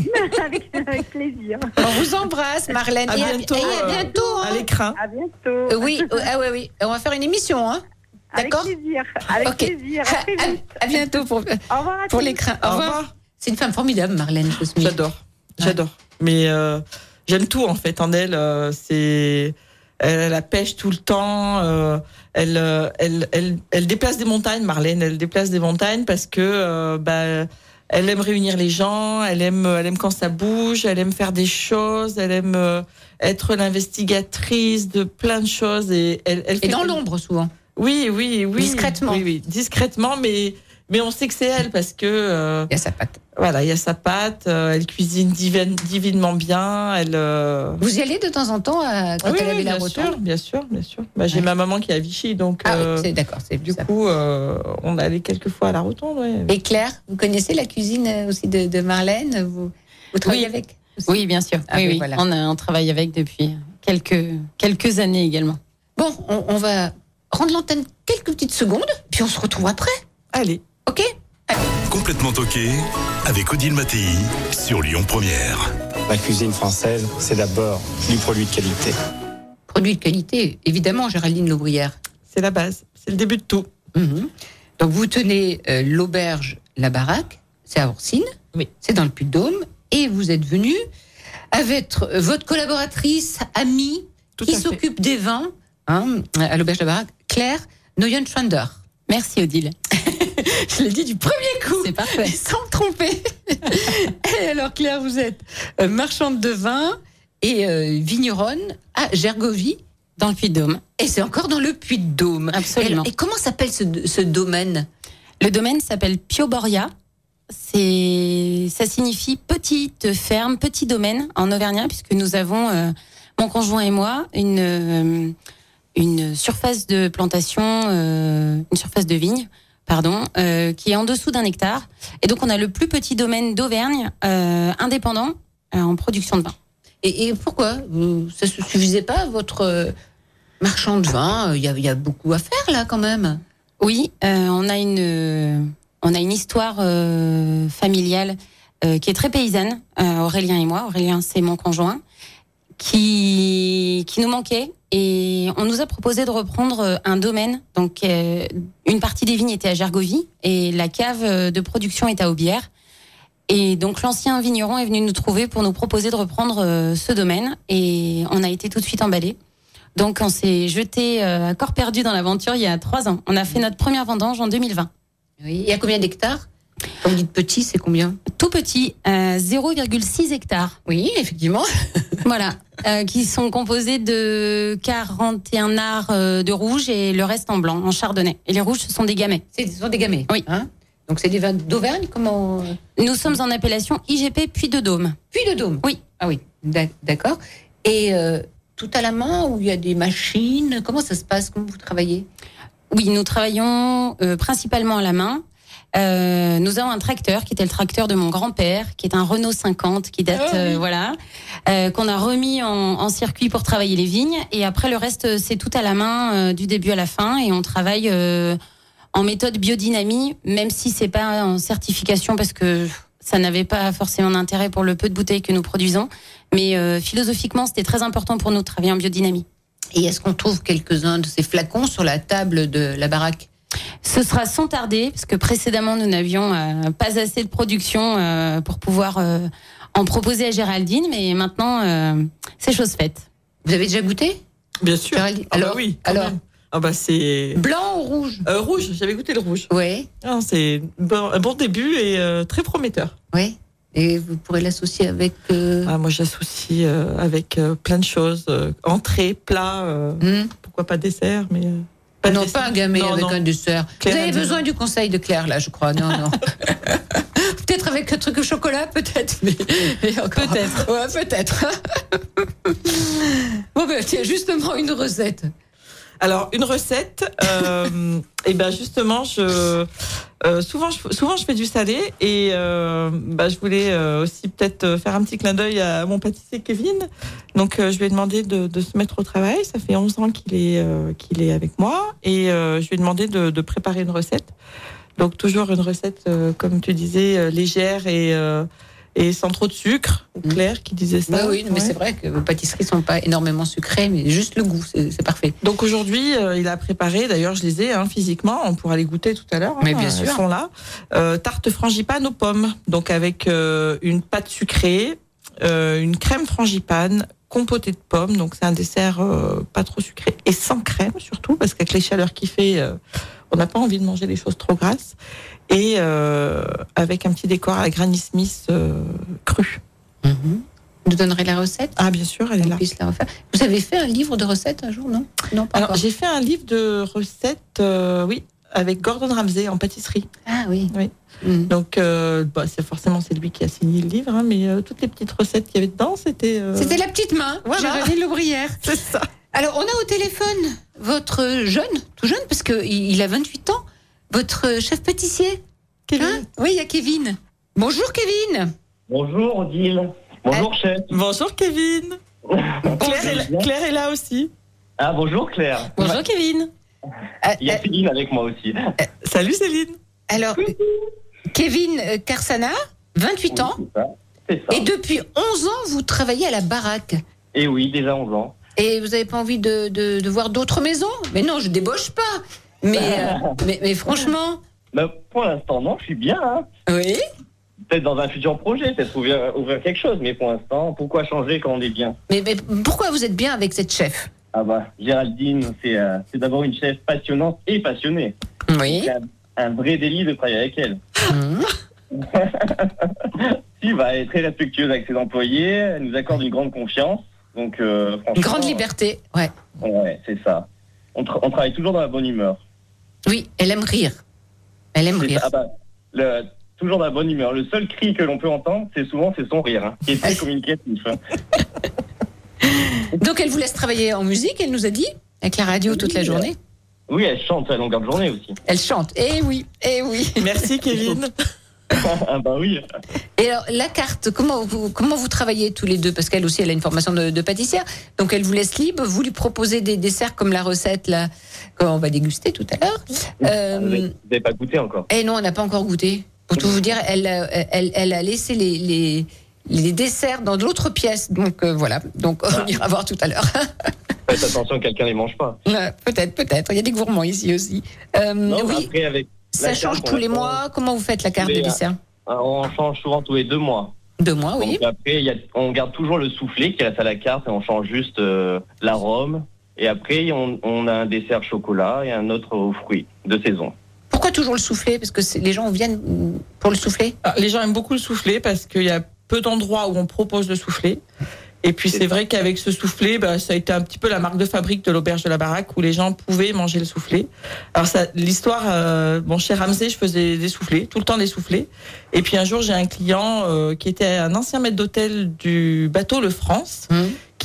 avec, avec plaisir. On vous embrasse, Marlène. À et bientôt, et à euh, bientôt. hein. À l'écran. À bientôt. Euh, Oui, euh, ah ouais, oui. On va faire une émission, hein. Avec D'accord. plaisir. Avec Ok. plaisir. À très À, vite. à bientôt pour, Au revoir à pour tous. l'écran. Au Au revoir. revoir. C'est une femme formidable, Marlène Cosmi. J'adore, j'adore. Mais euh, j'aime tout en fait en elle. euh, c'est elle la pêche tout le temps. euh, elle, euh, elle, elle, elle déplace des montagnes, Marlène. Elle déplace des montagnes parce que euh, bah, elle aime réunir les gens. Elle aime, elle aime quand ça bouge. Elle aime faire des choses. Elle aime euh, être l'investigatrice de plein de choses. Et elle, elle Et fait dans comme- l'ombre, souvent. Oui, oui, oui. Discrètement. Oui, oui, discrètement, mais mais on sait que c'est elle parce que. euh, Il y a sa patte. Voilà, il y a sa pâte, euh, elle cuisine divine, divinement bien, elle. euh, Vous y allez de temps en temps à, quand Ah oui, elle oui, avait la bien rotonde sûr, bien sûr, bien sûr. Bah, j'ai Ouais. ma maman qui est à Vichy, donc Ah euh, oui, c'est d'accord, c'est du ça. coup, euh, on allait quelques fois à la rotonde. Ouais. Et Claire, vous connaissez la cuisine euh, aussi de, de Marlène vous, vous travaillez Oui. avec aussi Oui, bien sûr. Ah oui, ben oui. voilà. On, a, on travaille avec depuis quelques, quelques années également. Bon, on, on va rendre l'antenne quelques petites secondes, puis on se retrouve après. Allez. OK? Complètement toqué avec Odile Mattei sur Lyon Première. La cuisine française, c'est d'abord du produit de qualité. Produit de qualité, évidemment, Géraldine Laubrière. C'est la base, c'est le début de tout. Mhm. Donc vous tenez euh, l'auberge La Baraque, c'est à Orsine, Oui. c'est dans le Puy-de-Dôme, et vous êtes venu avec euh, votre collaboratrice, amie, Tout qui à fait. s'occupe des vins hein, à l'auberge La Baraque, Claire Neuenschwander. Merci Odile. Je l'ai dit du premier coup. C'est parfait. Sans me tromper. Et alors, Claire, vous êtes euh, marchande de vin et euh, vigneronne à Gergovie. Dans le Puy-de-Dôme. Et c'est encore dans le Puy-de-Dôme. Absolument. Et, et comment s'appelle ce, ce domaine? Le domaine s'appelle Pioboria. C'est, ça signifie petite ferme, petit domaine en auvergnat, puisque nous avons, euh, mon conjoint et moi, une, euh, une surface de plantation, euh, une surface de vigne, pardon, euh, qui est en dessous d'un hectare. Et donc, on a le plus petit domaine d'Auvergne, euh, indépendant, euh, en production de vin. Et, et pourquoi vous, ça ne suffisait pas, votre euh, marchand de vin? Il y, a, il y a beaucoup à faire, là, quand même. Oui, euh, on a une, euh, on a une histoire euh, familiale euh, qui est très paysanne, euh, Aurélien et moi. Aurélien, c'est mon conjoint, qui, qui nous manquait. Et on nous a proposé de reprendre un domaine. Donc, euh, une partie des vignes était à Gergovie et la cave de production est à Aubière. Et donc, l'ancien vigneron est venu nous trouver pour nous proposer de reprendre euh, ce domaine. Et on a été tout de suite emballés. Donc, on s'est jeté euh, à corps perdu dans l'aventure il y a trois ans. On a fait notre première vendange en deux mille vingt. Oui. Il y a combien d'hectares? Quand vous dites petit, c'est combien? Tout petit, euh, zéro virgule six hectares. Oui, effectivement. Voilà, euh, qui sont composés de quarante et un arts euh, de rouge et le reste en blanc, en chardonnay. Et les rouges, ce sont des gamets. C'est- Ce sont des gamets. Oui. Hein, donc c'est des vins d'Auvergne, comment? Nous sommes en appellation I G P Puy-de-Dôme. Puy-de-Dôme. Oui. Ah oui, d'ac- d'accord. Et euh, tout à la main ou il y a des machines? Comment ça se passe? Comment vous travaillez? Oui, nous travaillons euh, principalement à la main. Euh, nous avons un tracteur qui était le tracteur de mon grand-père, qui est un Renault cinquante, qui date, oh, oui. euh, voilà, euh, qu'on a remis en, en circuit pour travailler les vignes. Et après, le reste, c'est tout à la main, euh, du début à la fin. Et on travaille euh, en méthode biodynamie, même si c'est pas en certification, parce que ça n'avait pas forcément d'intérêt pour le peu de bouteilles que nous produisons. Mais euh, philosophiquement, c'était très important pour nous de travailler en biodynamie. Et est-ce qu'on trouve quelques-uns de ces flacons sur la table de la baraque ? Ce sera sans tarder, parce que précédemment, nous n'avions euh, pas assez de production euh, pour pouvoir euh, en proposer à Géraldine, mais maintenant, euh, c'est chose faite. Vous avez déjà goûté ? Bien sûr. Géraldine, ah alors, bah oui. Alors, ah bah c'est blanc ou rouge ? euh, Rouge. J'avais goûté le rouge. Oui. Ah, c'est bon, un bon début et euh, très prometteur. Oui. Et vous pourrez l'associer avec. Euh... Ah, moi, j'associe euh, avec euh, plein de choses, euh, entrée, plat. Euh, mmh. Pourquoi pas dessert, mais. Euh... Pas non, pas un gamay non, avec non. un dessert. Claire vous avez besoin du conseil de Claire, là, je crois. Non, non. Peut-être avec un truc au chocolat, peut-être. Mais, mais encore... Peut-être. Ouais, peut-être. Bon, ben, tiens, justement, une recette. Alors, une recette, euh, et ben justement, je, euh, souvent, je, souvent, je fais du salé et euh, bah, je voulais euh, aussi peut-être faire un petit clin d'œil à mon pâtissier Kevin. Donc, euh, je lui ai demandé de, de se mettre au travail. Ça fait onze ans qu'il est, euh, qu'il est avec moi et euh, je lui ai demandé de, de préparer une recette. Donc, toujours une recette, euh, comme tu disais, euh, légère et... Euh, Et sans trop de sucre, Claire qui disait ça. Bah oui, mais ouais. C'est vrai que vos pâtisseries sont pas énormément sucrées, mais juste le goût, c'est, c'est parfait. Donc aujourd'hui, euh, il a préparé, d'ailleurs je les ai hein, physiquement, on pourra les goûter tout à l'heure. Mais bien hein, sûr. Elles sont là. Euh, tarte frangipane aux pommes, donc avec euh, une pâte sucrée, euh, une crème frangipane, compotée de pommes, donc c'est un dessert euh, pas trop sucré et sans crème surtout, parce qu'avec les chaleurs qu'il fait, euh, on n'a pas envie de manger des choses trop grasses. Et euh, avec un petit décor à la Granny Smith euh, cru. Mm-hmm. Vous nous donnerez la recette ? Ah bien sûr, elle est on là. Puisse la refaire. Vous avez fait un livre de recettes un jour, non ? Non, pas Alors encore. J'ai fait un livre de recettes, euh, oui, avec Gordon Ramsay en pâtisserie. Ah oui. Oui. Mm. Donc euh, bah, c'est forcément c'est lui qui a signé le livre, hein, mais euh, toutes les petites recettes qu'il y avait dedans, c'était. Euh... C'était la petite main. Voilà. Géraldine Laubrière. C'est ça. Alors on a au téléphone votre jeune, tout jeune, parce que il a vingt-huit ans. Votre chef pâtissier Kevin. Hein oui, il y a Kevin. Bonjour Kevin. Bonjour Odile. Bonjour euh... chef. Bonjour Kevin. Claire, est là, Claire est là aussi. Ah bonjour Claire. Bonjour ouais. Kevin. Il y a Céline avec moi aussi. Euh, salut Céline. Alors, Kevin Carsana, vingt-huit oui, ans. C'est ça. C'est ça. Et depuis onze ans, vous travaillez à la baraque. Et oui, déjà onze ans. Et vous n'avez pas envie de, de, de voir d'autres maisons ? Mais non, je débauche pas. Mais, euh, mais, mais franchement... Bah, pour l'instant, non, je suis bien. Hein. Oui. Peut-être dans un futur projet, peut-être ouvrir, ouvrir quelque chose. Mais pour l'instant, pourquoi changer quand on est bien ? mais, mais pourquoi vous êtes bien avec cette chef ? Ah bah, Géraldine, c'est, euh, c'est d'abord une chef passionnante et passionnée. Oui. C'est un, un vrai délit de travailler avec elle. Mmh. Si, bah, elle est très respectueuse avec ses employés, elle nous accorde une grande confiance. Donc, euh, franchement, une grande liberté, ouais. Ouais, c'est ça. On, tra- on travaille toujours dans la bonne humeur. Oui, elle aime rire. Elle aime c'est rire. Ça, bah, le, toujours dans la bonne humeur. Le seul cri que l'on peut entendre, c'est souvent c'est son rire, hein, qui est très communicatif. Hein. Donc elle vous laisse travailler en musique, elle nous a dit, avec la radio oui, toute la journée. Oui, elle chante à longueur de journée aussi. Elle chante, eh oui, eh oui. Merci Kevin. Ah bah oui. Et alors, la carte, comment vous, comment vous travaillez tous les deux ? Parce qu'elle aussi, elle a une formation de, de pâtissière. Donc, elle vous laisse libre. Vous lui proposez des desserts comme la recette là, qu'on va déguster tout à l'heure. Euh, vous n'avez pas goûté encore ? Eh non, on n'a pas encore goûté. Pour tout vous dire, elle, elle, elle a laissé les, les, les desserts dans l'autre pièce. Donc, euh, voilà. Donc, on ah. ira voir tout à l'heure. Faites attention, quelqu'un ne les mange pas. Ouais, peut-être, peut-être. Il y a des gourmands ici aussi. Euh, non, oui. Après, avec ça change tous les mois. Comment vous faites la carte de dessert ? On change souvent tous les deux mois. Deux mois, oui. Donc après, y a, on garde toujours le soufflé qui reste à la carte et on change juste euh, l'arôme. Et après, on, on a un dessert chocolat et un autre aux fruits de saison. Pourquoi toujours le soufflé ? Parce que c'est, les gens viennent pour le soufflé ? Ah, les gens aiment beaucoup le soufflé parce qu'il y a peu d'endroits où on propose le soufflé. Et puis c'est, c'est vrai qu'avec ce soufflé, bah, ça a été un petit peu la marque de fabrique de l'auberge de la baraque où les gens pouvaient manger le soufflé. Alors ça, l'histoire, euh, bon, chez Ramsay, je faisais des soufflés, tout le temps des soufflés. Et puis un jour, j'ai un client euh, qui était un ancien maître d'hôtel du bateau Le France, mmh. qui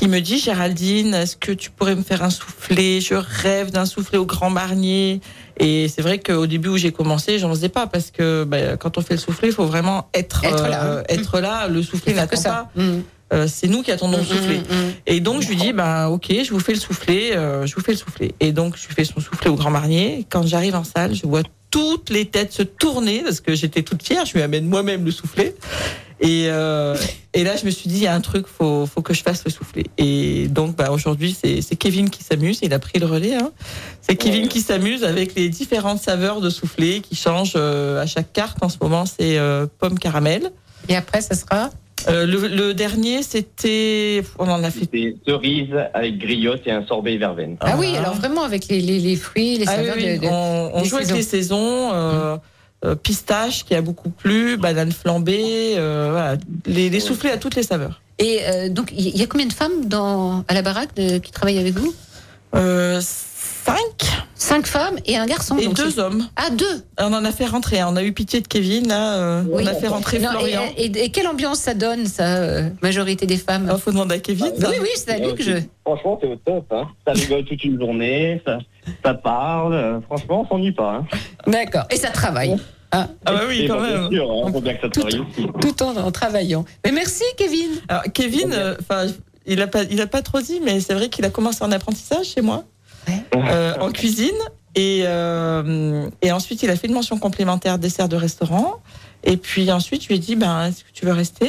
qui me dit, Géraldine, est-ce que tu pourrais me faire un soufflé? Je rêve d'un soufflé au Grand Marnier. Et c'est vrai qu'au début où j'ai commencé, j'en faisais pas parce que bah, quand on fait le soufflé, il faut vraiment être, être là. Euh, être là. Le soufflé n'attend pas. Mmh. Euh, c'est nous qui attendons le soufflé. Mmh, mmh. Et donc je lui dis, bah ok, je vous fais le soufflé, euh, je vous fais le soufflé. Et donc je lui fais son soufflé au Grand Marnier. Quand j'arrive en salle, je vois toutes les têtes se tourner parce que j'étais toute fière. Je lui amène moi-même le soufflé. Et, euh, et là, je me suis dit, il y a un truc, faut, faut que je fasse le soufflé. Et donc, bah, aujourd'hui, c'est, c'est Kevin qui s'amuse. Il a pris le relais. Hein. C'est Kevin qui s'amuse avec les différentes saveurs de soufflé qui changent euh, à chaque carte. En ce moment, c'est euh, pomme caramel. Et après, ça sera euh, le, le dernier, c'était, on en a fait. C'était cerise avec griotte et un sorbet verveine. Ah, ah oui, alors vraiment avec les, les, les fruits, les ah saveurs oui, oui. de, de, on, on joue saisons. Avec les saisons. Euh, mmh. Euh, pistache qui a beaucoup plu, banane flambée, euh, voilà, les, les soufflés à toutes les saveurs. Et euh, donc, il y a combien de femmes dans, à la baraque de, qui travaillent avec vous? euh, Cinq. Cinq femmes et un garçon. Et donc deux c'est... hommes. Ah, deux. On en a fait rentrer. On a eu pitié de Kevin, là. Euh, oui. On a fait rentrer non, Florian. Et, et, et quelle ambiance ça donne, ça, euh, majorité des femmes? Il faut demander à Kevin. Ah, oui, oui, c'est à lui euh, que je. Franchement, c'est au top. Hein. Ça rigole toute une journée, ça, ça parle. Euh, franchement, on s'ennuie pas. Hein. D'accord. Et ça travaille. Ah, ah bah oui, quand même. Bien sûr, hein, faut bien que ça travaille aussi. Tout en, en travaillant. Mais merci, Kevin. Alors, Kevin, enfin, euh, il a pas, il a pas trop dit, mais c'est vrai qu'il a commencé en apprentissage chez moi, ouais. euh, en cuisine, et euh, et ensuite il a fait une mention complémentaire dessert de restaurant, et puis ensuite je lui ai dit, ben, est-ce que tu veux rester?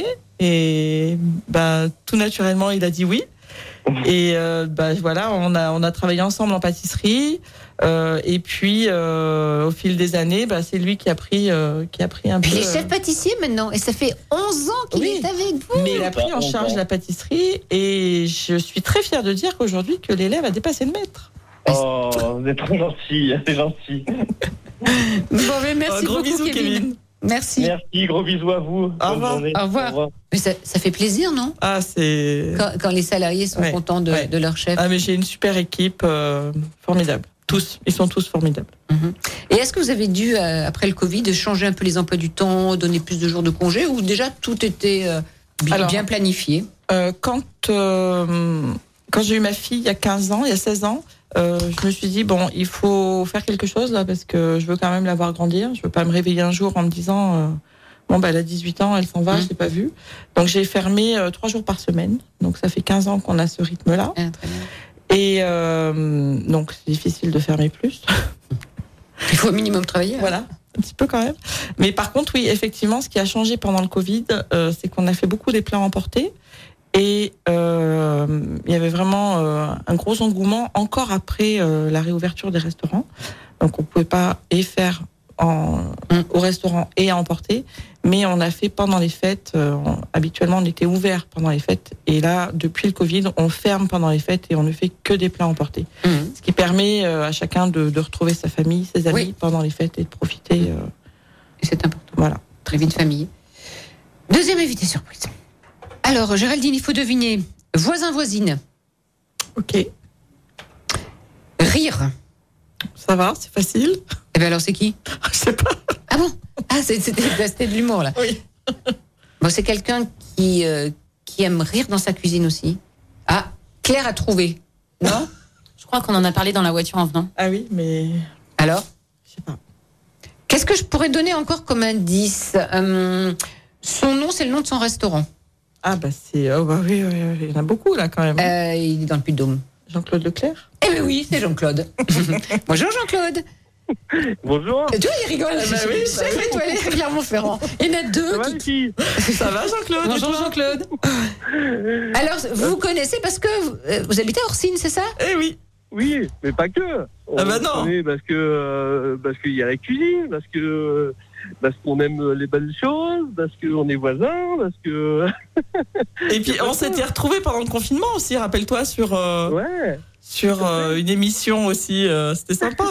Et ben, tout naturellement, il a dit oui. Et euh, bah, voilà, on a on a travaillé ensemble en pâtisserie. Euh, et puis euh, au fil des années, bah, c'est lui qui a pris euh, qui a pris un peu. Il est chef pâtissier maintenant, et ça fait onze ans qu'il oui, est avec vous. Mais il a pris en charge la pâtisserie, et je suis très fière de dire qu'aujourd'hui que l'élève a dépassé le maître. Oh, vous êtes trop gentil, c'est gentil. Bon, mais merci oh, gros beaucoup, bisous, Kevin. Kevin. Merci. Merci, gros bisous à vous. Au revoir. Au revoir. Au revoir. Mais ça, ça fait plaisir, non? Ah, c'est. Quand, quand les salariés sont ouais. contents de, ouais. de leur chef. Ah, mais j'ai une super équipe euh, formidable. Tous, ils sont tous formidables. Mm-hmm. Et est-ce que vous avez dû, euh, après le Covid, changer un peu les emplois du temps, donner plus de jours de congé, ou déjà tout était euh, bien, Alors, bien planifié? euh, Quand euh, quand j'ai eu ma fille il y a quinze ans, il y a seize ans. Euh, je me suis dit, bon, il faut faire quelque chose là, parce que je veux quand même la voir grandir. Je veux pas me réveiller un jour en me disant, euh, bon, bah, elle a dix-huit ans, elle s'en va, mmh. je l'ai pas vue. Donc, j'ai fermé euh, trois jours par semaine. Donc, ça fait quinze ans qu'on a ce rythme-là. Ah, très bien. Et euh, donc, c'est difficile de fermer plus. Il faut au minimum travailler. Voilà, un petit peu quand même. Mais par contre, oui, effectivement, ce qui a changé pendant le Covid, euh, c'est qu'on a fait beaucoup des plats emportés. Et euh, il y avait vraiment euh, un gros engouement encore après euh, la réouverture des restaurants. Donc on pouvait pas et faire en, mmh. au restaurant et à emporter, mais on a fait pendant les fêtes. Euh, on, habituellement, on était ouvert pendant les fêtes, et là, depuis le Covid, on ferme pendant les fêtes et on ne fait que des plats emportés. Mmh. Ce qui permet euh, à chacun de, de retrouver sa famille, ses amis oui. pendant les fêtes et de profiter. Euh, et c'est important. Voilà, très vite famille. Deuxième invité surprise. Alors, Géraldine, il faut deviner. Voisin, voisine. Ok. Rire. Ça va, c'est facile. Eh bien alors, c'est qui? Je sais pas. Ah bon? Ah, c'était, c'était de l'humour, là. Oui. Bon, c'est quelqu'un qui, euh, qui aime rire dans sa cuisine aussi. Ah, Claire a trouvé. Non? Je crois qu'on en a parlé dans la voiture en venant. Ah oui, mais... Alors? Je sais pas. Qu'est-ce que je pourrais donner encore comme indice? euh, Son nom, c'est le nom de son restaurant. Ah bah c'est... Oh bah oui, oui, oui, il y en a beaucoup là quand même. Euh, il est dans le Puy-de-Dôme. Jean-Claude Leclerc? Eh bien oui, c'est Jean-Claude. Bonjour Jean-Claude. Bonjour. Toi, il rigole. Ah bah oui, chef étoilé Clermont-Ferrand. Il y en a deux. Ça va, qui... Ça va Jean-Claude? Bonjour Jean-Claude. Alors, vous vous connaissez parce que vous habitez à Orsine, c'est ça? Eh oui. Oui, mais pas que. On ah bah non. Parce que euh, parce qu'il y a la cuisine, parce que parce qu'on aime les belles choses, parce qu'on est voisins, parce que. Et puis on s'était retrouvés pendant le confinement aussi, rappelle-toi, sur euh, ouais. sur euh, une émission aussi, euh, c'était sympa.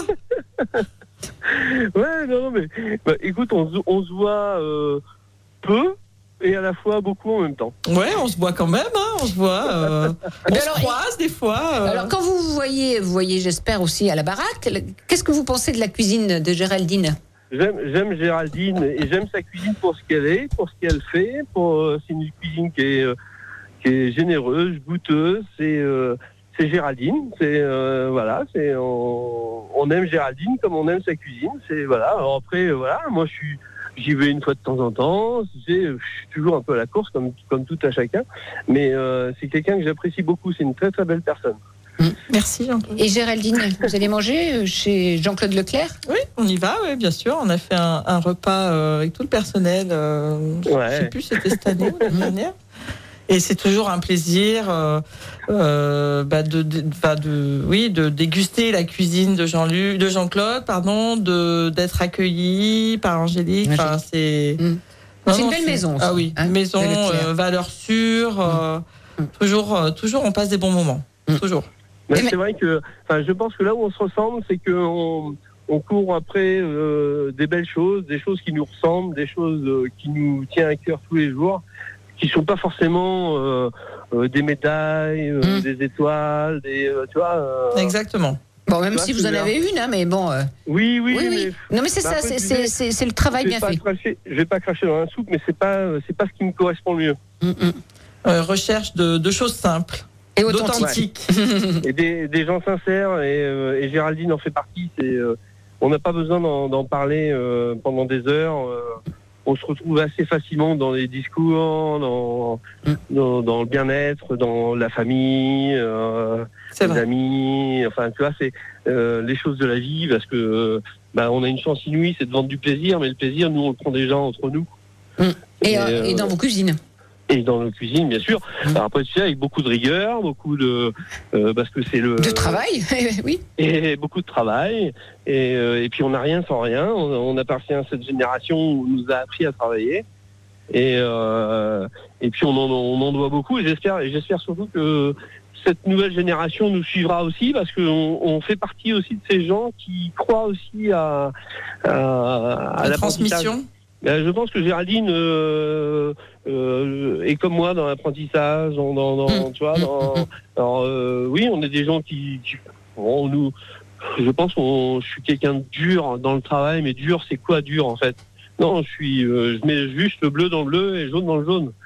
Ouais, non, mais bah, écoute, on, on se voit euh, peu. Et à la fois beaucoup en même temps. Ouais, on se voit quand même, hein, on se voit. Euh, on se croise des fois. Euh... Alors quand vous voyez, vous voyez, j'espère aussi à la baraque. Qu'est-ce que vous pensez de la cuisine de Géraldine? J'aime, j'aime Géraldine et j'aime sa cuisine pour ce qu'elle est, pour ce qu'elle fait. Pour, euh, c'est une cuisine qui est, euh, qui est généreuse, goûteuse. C'est, euh, c'est Géraldine. C'est euh, voilà, c'est on, on aime Géraldine comme on aime sa cuisine. C'est voilà. Alors après, euh, voilà, moi je suis, j'y vais une fois de temps en temps. C'est, je suis toujours un peu à la course comme comme tout à chacun. Mais euh, c'est quelqu'un que j'apprécie beaucoup. C'est une très très belle personne. Mmh. Merci Jean-Claude. Et Géraldine, vous allez manger chez Jean-Claude Leclerc ? Oui, on y va, oui, bien sûr. On a fait un, un repas euh, avec tout le personnel. Euh, ouais. Je sais plus, c'était cette année ou l'année dernière. Et c'est toujours un plaisir euh, euh, bah de, de, bah de, oui, de déguster la cuisine de Jean-Luc, de Jean-Claude, pardon, de d'être accueilli par Angélique. Enfin, c'est. Mmh. Non, c'est non, une belle c'est... maison. Ah oui, hein, maison, euh, valeur sûre. Euh, mmh. Toujours, euh, toujours, on passe des bons moments. Mmh. Toujours. Mais c'est vrai que, enfin, je pense que là où on se ressemble, c'est qu'on on court après euh, des belles choses, des choses qui nous ressemblent, des choses euh, qui nous tiennent à cœur tous les jours, qui sont pas forcément euh, euh, des médailles, euh, mmh. des étoiles, des, euh, tu vois. Euh, Exactement. Bon, même si vous en avez une, hein, mais bon. Euh... Oui, oui, oui, mais. oui. Non, mais c'est bah, ça, c'est, c'est, c'est, c'est le travail bien fait. Cracher, je vais pas cracher dans la soupe, mais c'est pas, c'est pas ce qui me correspond le mieux. Mmh, mmh. Euh, recherche de, de choses simples. Et authentique. Ouais. Et des, des gens sincères, et, euh, et Géraldine en fait partie. C'est, euh, on n'a pas besoin d'en, d'en parler euh, pendant des heures. Euh, on se retrouve assez facilement dans les discours, dans, mm. dans, dans le bien-être, dans la famille, euh, les vrai. amis. Enfin, tu vois, c'est euh, les choses de la vie, parce que euh, bah, on a une chance inouïe, c'est de vendre du plaisir, mais le plaisir, nous, on le prend déjà entre nous. Mm. Et, et, euh, et dans vos cuisines. Et dans nos cuisines, bien sûr. Mmh. Alors après, tu sais, avec beaucoup de rigueur, beaucoup de... Euh, parce que c'est le... De travail, oui. Et beaucoup de travail. Et, euh, et puis, on n'a rien sans rien. On, on appartient à cette génération où on nous a appris à travailler. Et, euh, et puis, on en, on en doit beaucoup. Et j'espère, et j'espère surtout que cette nouvelle génération nous suivra aussi, parce qu'on on fait partie aussi de ces gens qui croient aussi à, à, à la, la transmission. Je pense que Géraldine euh, euh, est comme moi dans l'apprentissage, dans, dans, dans tu vois, dans, alors euh, oui, on est des gens qui, qui bon, nous, je pense que je suis quelqu'un de dur dans le travail, mais dur, c'est quoi dur en fait ? Non, je suis, euh, je mets juste le bleu dans le bleu et le jaune dans le jaune.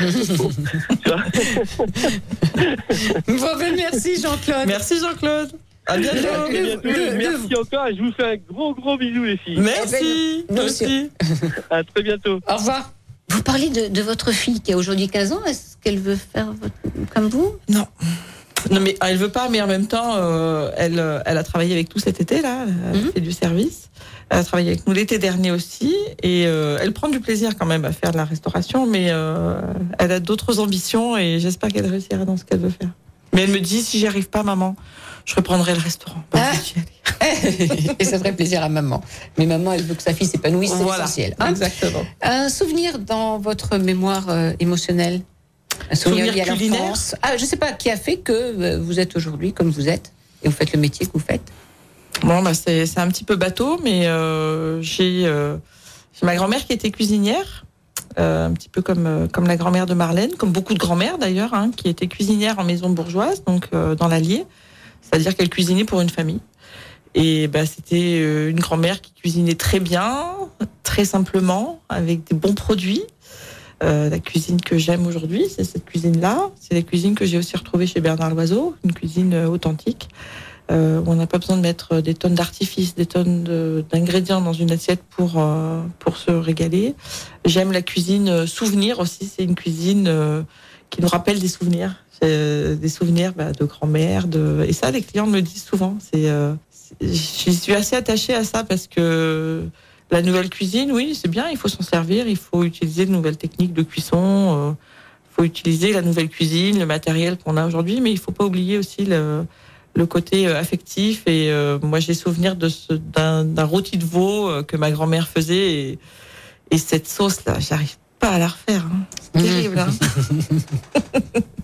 Bon, ben merci Jean-Claude. Merci Jean-Claude. À bientôt. Le, le, le, Merci le... encore et je vous fais un gros gros bisou les filles. Merci. Merci. À très bientôt. Au revoir. Vous parlez de, de votre fille qui a aujourd'hui quinze ans. Est-ce qu'elle veut faire votre... comme vous ? Non. Non mais elle veut pas, mais en même temps, euh, elle, elle a travaillé avec nous cet été là. Elle mm-hmm. fait du service. Elle a travaillé avec nous l'été dernier aussi, et euh, elle prend du plaisir quand même à faire de la restauration, mais euh, elle a d'autres ambitions et j'espère qu'elle réussira dans ce qu'elle veut faire. Mais elle me dit, si j'y arrive pas, maman, je reprendrai le restaurant. Bah, ah. Et ça ferait plaisir à maman. Mais maman, elle veut que sa fille s'épanouisse, c'est voilà, essentiel. Hein, exactement. Un souvenir dans votre mémoire euh, émotionnelle, un souvenir, souvenir lié à l'enfance. Ah, je sais pas, qui a fait que euh, vous êtes aujourd'hui comme vous êtes et vous faites le métier que vous faites. Bon, bah c'est, c'est un petit peu bateau, mais euh, j'ai, euh, j'ai ma grand-mère qui était cuisinière. Euh, un petit peu comme euh, comme la grand-mère de Marlène, comme beaucoup de grand-mères d'ailleurs, hein, qui était cuisinière en maison bourgeoise, donc euh, dans l'Allier, c'est-à-dire qu'elle cuisinait pour une famille. Et bah c'était euh, une grand-mère qui cuisinait très bien, très simplement, avec des bons produits. Euh, la cuisine que j'aime aujourd'hui, c'est cette cuisine-là. C'est la cuisine que j'ai aussi retrouvée chez Bernard Loiseau, une cuisine euh, authentique. Euh, où on n'a pas besoin de mettre des tonnes d'artifices, des tonnes de, d'ingrédients dans une assiette pour euh, pour se régaler. J'aime la cuisine souvenir aussi. C'est une cuisine euh, qui nous rappelle des souvenirs, c'est des souvenirs bah, de grand-mère. De... Et ça, les clients me le disent souvent. C'est, euh, c'est, je suis assez attachée à ça parce que la nouvelle cuisine, oui, c'est bien. Il faut s'en servir. Il faut utiliser de nouvelles techniques de cuisson. Euh, il faut utiliser la nouvelle cuisine, le matériel qu'on a aujourd'hui, mais il faut pas oublier aussi le le côté affectif. Et euh, moi j'ai souvenir de ce, d'un, d'un rôti de veau euh, que ma grand-mère faisait, et, et cette sauce là, j'arrive pas à la refaire, hein. C'est terrible, hein.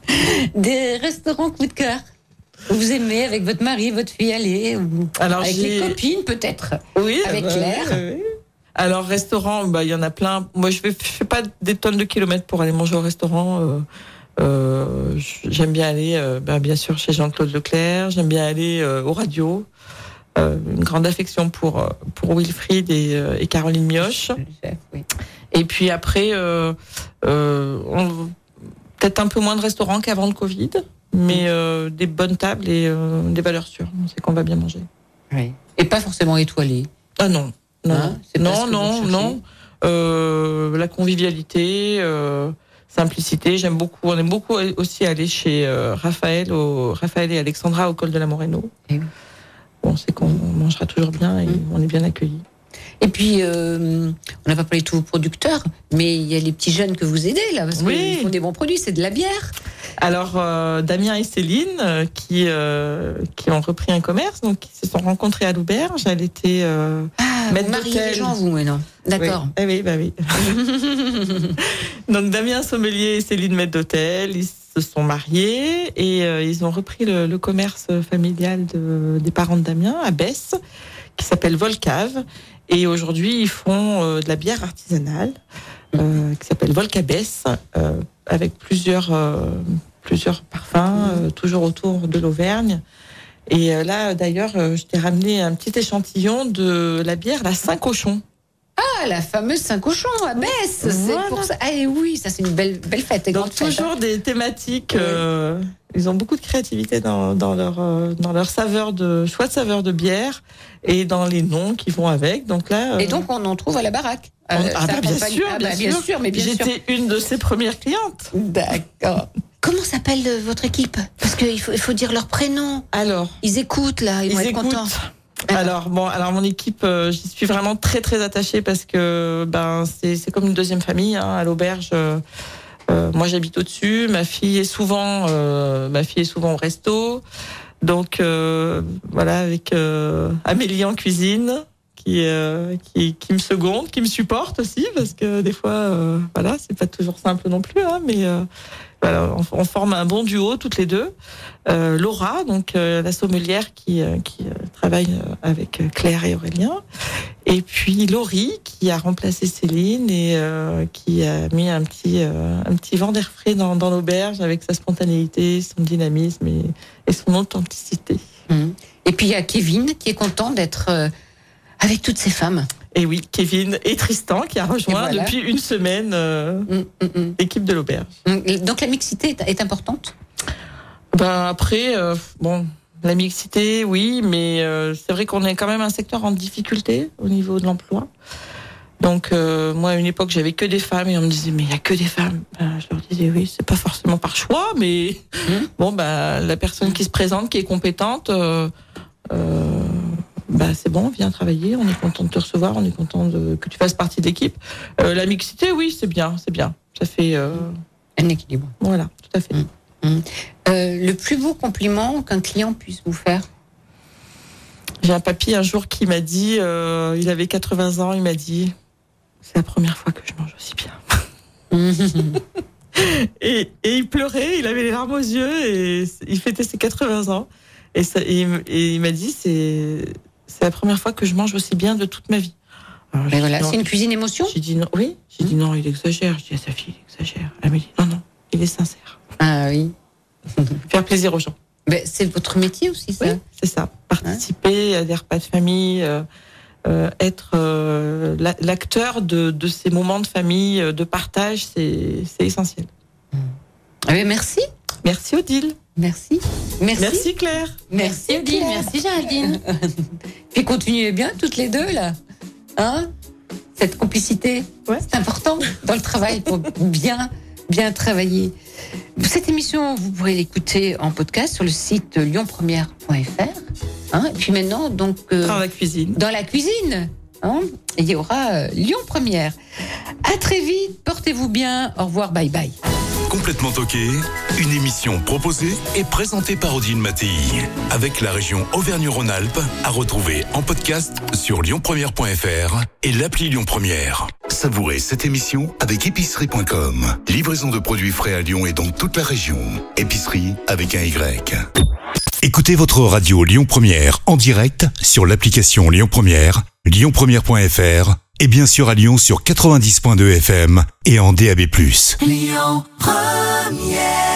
Des restaurants coup de cœur vous aimez avec votre mari, votre fille, aller ou alors avec j'ai... les copines peut-être, oui, avec bah, Claire, oui, oui. Alors restaurant, bah il y en a plein. Moi je vais je fais pas des tonnes de kilomètres pour aller manger au restaurant. euh, Euh, j'aime bien aller, euh, bah, bien sûr, chez Jean-Claude Leclerc. J'aime bien aller euh, au Radio. Euh, une grande affection pour pour Wilfried et, euh, et Caroline Mioche. Chef, oui. Et puis après, euh, euh, on, peut-être un peu moins de restaurants qu'avant le Covid, mais euh, des bonnes tables et euh, des valeurs sûres. On sait qu'on va bien manger. Oui. Et pas forcément étoilé. Ah non, non, hein, c'est non, non, non. Euh, la convivialité, euh, simplicité. J'aime beaucoup. On aime beaucoup aussi aller chez euh, Raphaël, au, Raphaël et Alexandra au col de la Moreno. Et oui. On sait qu'on mangera toujours bien et mmh. on est bien accueillis. Et puis, euh, on n'a pas parlé de tous vos producteurs, mais il y a les petits jeunes que vous aidez, là, parce oui. qu'ils font des bons produits, c'est de la bière. Alors, euh, Damien et Céline, euh, qui, euh, qui ont repris un commerce, donc qui se sont rencontrés à l'auberge. Elle était euh, ah, maître vous mariez les gens, vous, maintenant. D'accord. Oui, eh oui, bah oui. Donc, Damien sommelier et Céline maître d'hôtel, ils se sont mariés et euh, ils ont repris le, le commerce familial de, des parents de Damien à Besse, qui s'appelle Volcave. Et aujourd'hui, ils font euh, de la bière artisanale euh, qui s'appelle Volcabès, euh, avec plusieurs, euh, plusieurs parfums, euh, toujours autour de l'Auvergne. Et euh, là, d'ailleurs, euh, je t'ai ramené un petit échantillon de la bière, la Saint-Cochon. Ah, la fameuse Saint-Cochon à Besse, voilà. C'est pour ça. Ah et oui, ça c'est une belle, belle fête. Donc toujours fête, hein. Des thématiques. Euh, oui. Ils ont beaucoup de créativité dans, dans leur euh, dans leur saveur de choix de saveur de bière et dans les noms qui vont avec. Donc là. Euh, et donc on en trouve à la baraque. Euh, ah bah, bien sûr, ah bien, bah, bien sûr. sûr, mais bien J'étais sûr. une de ses premières clientes. D'accord. Comment s'appelle votre équipe? Parce qu'il faut, il faut dire leur prénom. Alors. Ils écoutent là, ils, ils vont être écoutent. Contents. Alors bon, alors mon équipe, euh, j'y suis vraiment très très attachée parce que ben c'est c'est comme une deuxième famille hein, à l'auberge. Euh, euh, moi j'habite au-dessus, ma fille est souvent euh, ma fille est souvent au resto, donc euh, voilà avec euh, Amélie en cuisine qui euh, qui qui me seconde, qui me supporte aussi parce que des fois euh, voilà c'est pas toujours simple non plus hein, mais euh, voilà, on, on forme un bon duo toutes les deux. Euh, Laura, donc euh, la sommelière qui euh, qui euh, travaille euh, avec Claire et Aurélien, et puis Laurie qui a remplacé Céline et euh, qui a mis un petit euh, un petit vent d'air frais dans dans l'auberge avec sa spontanéité, son dynamisme et, et son authenticité. Mmh. Et puis il y a Kevin qui est content d'être euh, avec toutes ces femmes. Et oui, Kevin et Tristan qui a rejoint voilà. depuis une semaine euh, mmh, mmh. l'équipe de l'auberge. Donc la mixité est, est importante. Ben après, euh, bon, la mixité, oui, mais euh, c'est vrai qu'on est quand même un secteur en difficulté au niveau de l'emploi. Donc euh, moi, à une époque, j'avais que des femmes et on me disait mais il y a que des femmes. Ben, je leur disais oui, c'est pas forcément par choix, mais mmh. bon, ben la personne qui se présente, qui est compétente. Euh, euh, Bah c'est bon, viens travailler, on est content de te recevoir, on est content de, que tu fasses partie de l'équipe. Euh, la mixité, oui, c'est bien, c'est bien. Ça fait euh... un équilibre. Voilà, tout à fait. Mmh. Mmh. Euh, le plus beau compliment qu'un client puisse vous faire? J'ai un papy un jour qui m'a dit, euh, il avait quatre-vingts ans, il m'a dit, c'est la première fois que je mange aussi bien. Mmh. et, et il pleurait, il avait les larmes aux yeux et il fêtait ses quatre-vingts ans. Et, ça, et, et il m'a dit, c'est c'est la première fois que je mange aussi bien de toute ma vie. Alors, mais voilà, dit, c'est une cuisine émotion. J'ai dit non, oui. J'ai mmh. dit non, il exagère. Je dis à sa fille, il exagère. Elle m'a dit non, non, il est sincère. Ah oui. Faire plaisir aux gens. Mais c'est votre métier aussi, ça. Oui, c'est ça. Participer hein? à des repas de famille, euh, euh, être euh, l'acteur de, de ces moments de famille, de partage, c'est c'est essentiel. Mmh. Ah mais merci. Merci Odile. Merci. Merci. Merci Claire. Merci Odile. Merci Géraldine. Puis continuez bien toutes les deux là. Hein? Cette complicité, ouais. C'est important dans le travail pour bien, bien travailler. Cette émission, vous pourrez l'écouter en podcast sur le site lyon première point f r. Hein? Et puis maintenant, donc. Euh, dans la cuisine. Dans la cuisine. Hein? Il y aura euh, Lyon Première. À très vite. Portez-vous bien. Au revoir. Bye bye. Complètement toqué, une émission proposée et présentée par Odile Mattei, avec la région Auvergne-Rhône-Alpes, à retrouver en podcast sur lyon première point f r et l'appli Lyon Première. Savourez cette émission avec épicerie point com. Livraison de produits frais à Lyon et dans toute la région. Épicerie avec un Y. Écoutez votre radio Lyon Première en direct sur l'application Lyon Première, lyon première point f r et bien sûr à Lyon sur quatre-vingt-dix point deux F M et en D A B plus. Lyon Première.